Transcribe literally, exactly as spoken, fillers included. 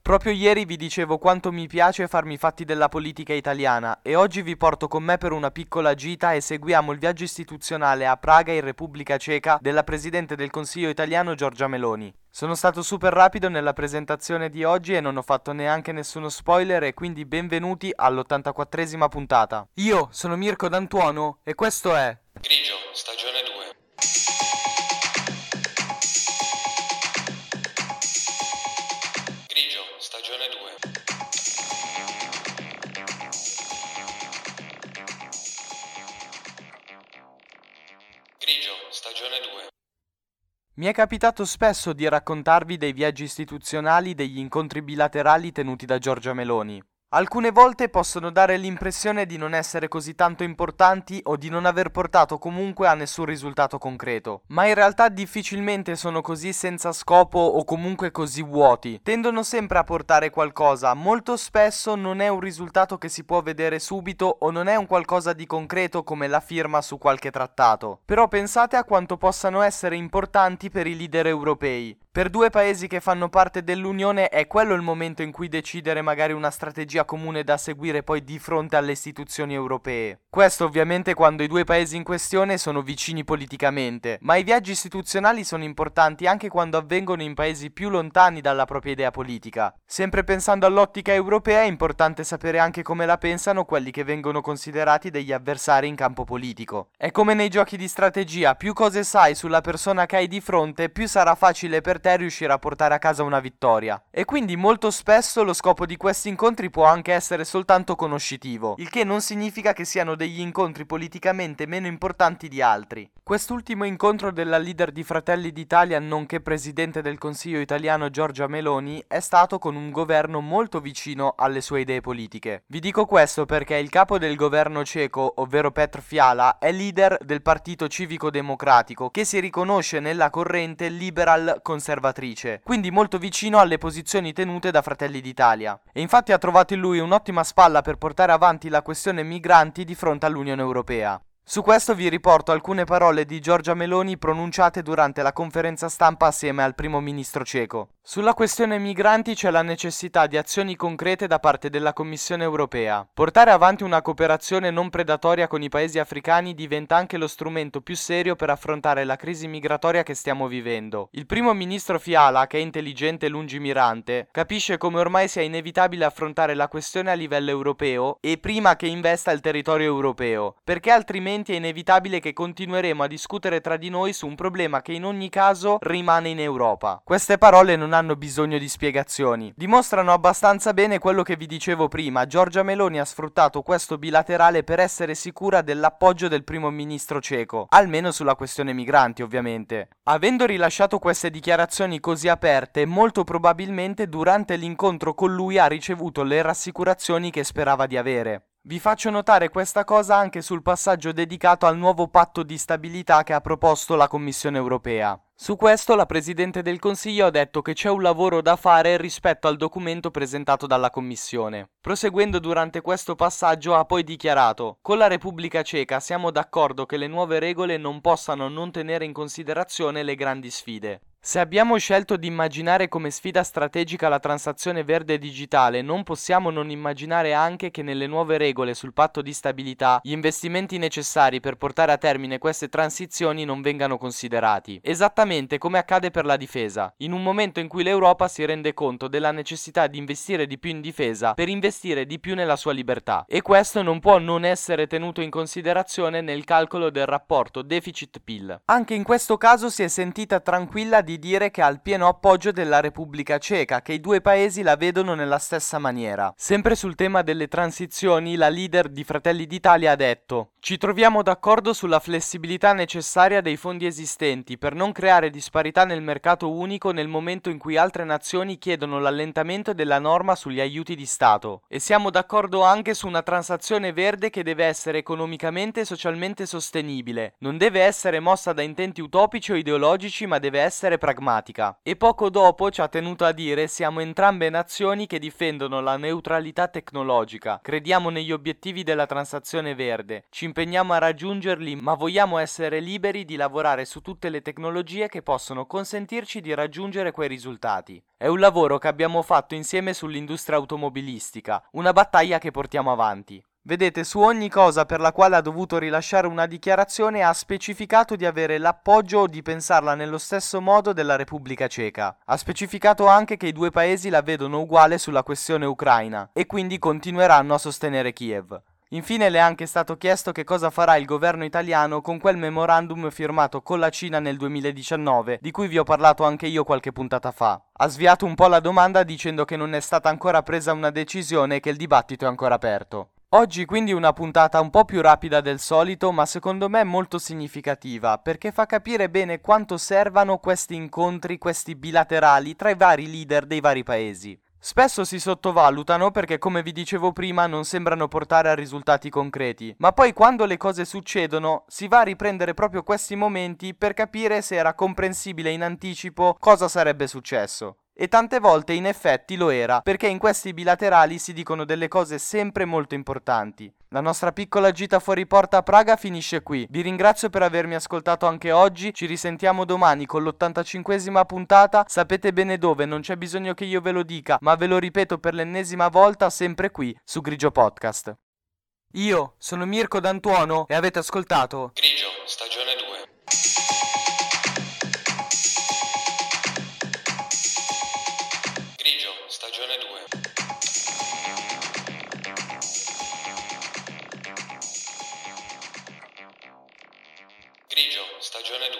Proprio ieri vi dicevo quanto mi piace farmi i fatti della politica italiana e oggi vi porto con me per una piccola gita e seguiamo il viaggio istituzionale a Praga in Repubblica Ceca della Presidente del Consiglio italiano Giorgia Meloni. Sono stato super rapido nella presentazione di oggi e non ho fatto neanche nessuno spoiler e quindi benvenuti all'ottantaquattresima puntata. Io sono Mirko D'Antuono e questo è Grigio, stagione due. Grigio, stagione due. Grigio, stagione due. Mi è capitato spesso di raccontarvi dei viaggi istituzionali, degli incontri bilaterali tenuti da Giorgia Meloni. Alcune volte possono dare l'impressione di non essere così tanto importanti o di non aver portato comunque a nessun risultato concreto, ma in realtà difficilmente sono così senza scopo o comunque così vuoti. Tendono sempre a portare qualcosa, molto spesso non è un risultato che si può vedere subito o non è un qualcosa di concreto come la firma su qualche trattato. Però pensate a quanto possano essere importanti per i leader europei. Per due paesi che fanno parte dell'Unione è quello il momento in cui decidere magari una strategia comune da seguire poi di fronte alle istituzioni europee. Questo ovviamente quando i due paesi in questione sono vicini politicamente, ma i viaggi istituzionali sono importanti anche quando avvengono in paesi più lontani dalla propria idea politica. Sempre pensando all'ottica europea è importante sapere anche come la pensano quelli che vengono considerati degli avversari in campo politico. È come nei giochi di strategia, più cose sai sulla persona che hai di fronte, più sarà facile per te riuscire a portare a casa una vittoria. E quindi molto spesso lo scopo di questi incontri può anche essere soltanto conoscitivo, il che non significa che siano degli incontri politicamente meno importanti di altri. Quest'ultimo incontro della leader di Fratelli d'Italia nonché presidente del Consiglio italiano Giorgia Meloni è stato con un governo molto vicino alle sue idee politiche. Vi dico questo perché il capo del governo ceco, ovvero Petr Fiala, è leader del Partito Civico Democratico che si riconosce nella corrente liberal conservatrice, quindi molto vicino alle posizioni tenute da Fratelli d'Italia. E infatti ha trovato in lui un'ottima spalla per portare avanti la questione migranti di fronte all'Unione Europea. Su questo vi riporto alcune parole di Giorgia Meloni pronunciate durante la conferenza stampa assieme al primo ministro ceco. Sulla questione migranti c'è la necessità di azioni concrete da parte della Commissione europea. Portare avanti una cooperazione non predatoria con i paesi africani diventa anche lo strumento più serio per affrontare la crisi migratoria che stiamo vivendo. Il primo ministro Fiala, che è intelligente e lungimirante, capisce come ormai sia inevitabile affrontare la questione a livello europeo e prima che investa il territorio europeo, perché altrimenti è inevitabile che continueremo a discutere tra di noi su un problema che in ogni caso rimane in Europa. Queste parole non hanno bisogno di spiegazioni. Dimostrano abbastanza bene quello che vi dicevo prima. Giorgia Meloni ha sfruttato questo bilaterale per essere sicura dell'appoggio del primo ministro ceco, almeno sulla questione migranti ovviamente. Avendo rilasciato queste dichiarazioni così aperte, molto probabilmente durante l'incontro con lui ha ricevuto le rassicurazioni che sperava di avere. Vi faccio notare questa cosa anche sul passaggio dedicato al nuovo patto di stabilità che ha proposto la Commissione europea. Su questo la Presidente del Consiglio ha detto che c'è un lavoro da fare rispetto al documento presentato dalla Commissione. Proseguendo durante questo passaggio ha poi dichiarato: con la Repubblica Ceca siamo d'accordo che le nuove regole non possano non tenere in considerazione le grandi sfide. Se abbiamo scelto di immaginare come sfida strategica la transazione verde digitale, non possiamo non immaginare anche che nelle nuove regole sul patto di stabilità gli investimenti necessari per portare a termine queste transizioni non vengano considerati. Esattamente come accade per la difesa, in un momento in cui l'Europa si rende conto della necessità di investire di più in difesa per investire di più nella sua libertà. E questo non può non essere tenuto in considerazione nel calcolo del rapporto deficit-P I L. Anche in questo caso si è sentita tranquilla di dire che ha il pieno appoggio della Repubblica Ceca, che i due paesi la vedono nella stessa maniera. Sempre sul tema delle transizioni, la leader di Fratelli d'Italia ha detto: ci troviamo d'accordo sulla flessibilità necessaria dei fondi esistenti per non creare disparità nel mercato unico nel momento in cui altre nazioni chiedono l'allentamento della norma sugli aiuti di Stato. E siamo d'accordo anche su una transazione verde che deve essere economicamente e socialmente sostenibile. Non deve essere mossa da intenti utopici o ideologici, ma deve essere pragmatica. E poco dopo ci ha tenuto a dire: siamo entrambe nazioni che difendono la neutralità tecnologica, crediamo negli obiettivi della transizione verde, ci impegniamo a raggiungerli, ma vogliamo essere liberi di lavorare su tutte le tecnologie che possono consentirci di raggiungere quei risultati. È un lavoro che abbiamo fatto insieme sull'industria automobilistica, una battaglia che portiamo avanti. Vedete, su ogni cosa per la quale ha dovuto rilasciare una dichiarazione ha specificato di avere l'appoggio o di pensarla nello stesso modo della Repubblica Ceca. Ha specificato anche che i due paesi la vedono uguale sulla questione ucraina e quindi continueranno a sostenere Kiev. Infine le è anche stato chiesto che cosa farà il governo italiano con quel memorandum firmato con la Cina nel duemiladiciannove, di cui vi ho parlato anche io qualche puntata fa. Ha sviato un po' la domanda dicendo che non è stata ancora presa una decisione e che il dibattito è ancora aperto. Oggi quindi una puntata un po' più rapida del solito, ma secondo me molto significativa, perché fa capire bene quanto servano questi incontri, questi bilaterali tra i vari leader dei vari paesi. Spesso si sottovalutano perché, come vi dicevo prima, non sembrano portare a risultati concreti, ma poi quando le cose succedono si va a riprendere proprio questi momenti per capire se era comprensibile in anticipo cosa sarebbe successo. E tante volte in effetti lo era, perché in questi bilaterali si dicono delle cose sempre molto importanti. La nostra piccola gita fuori porta a Praga finisce qui. Vi ringrazio per avermi ascoltato anche oggi, ci risentiamo domani con l'ottantacinquesima puntata. Sapete bene dove, non c'è bisogno che io ve lo dica, ma ve lo ripeto per l'ennesima volta, sempre qui, su Grigio Podcast. Io sono Mirko D'Antuono e avete ascoltato Grigio, stagione due. Grigio, stagione due. Grigio, stagione due.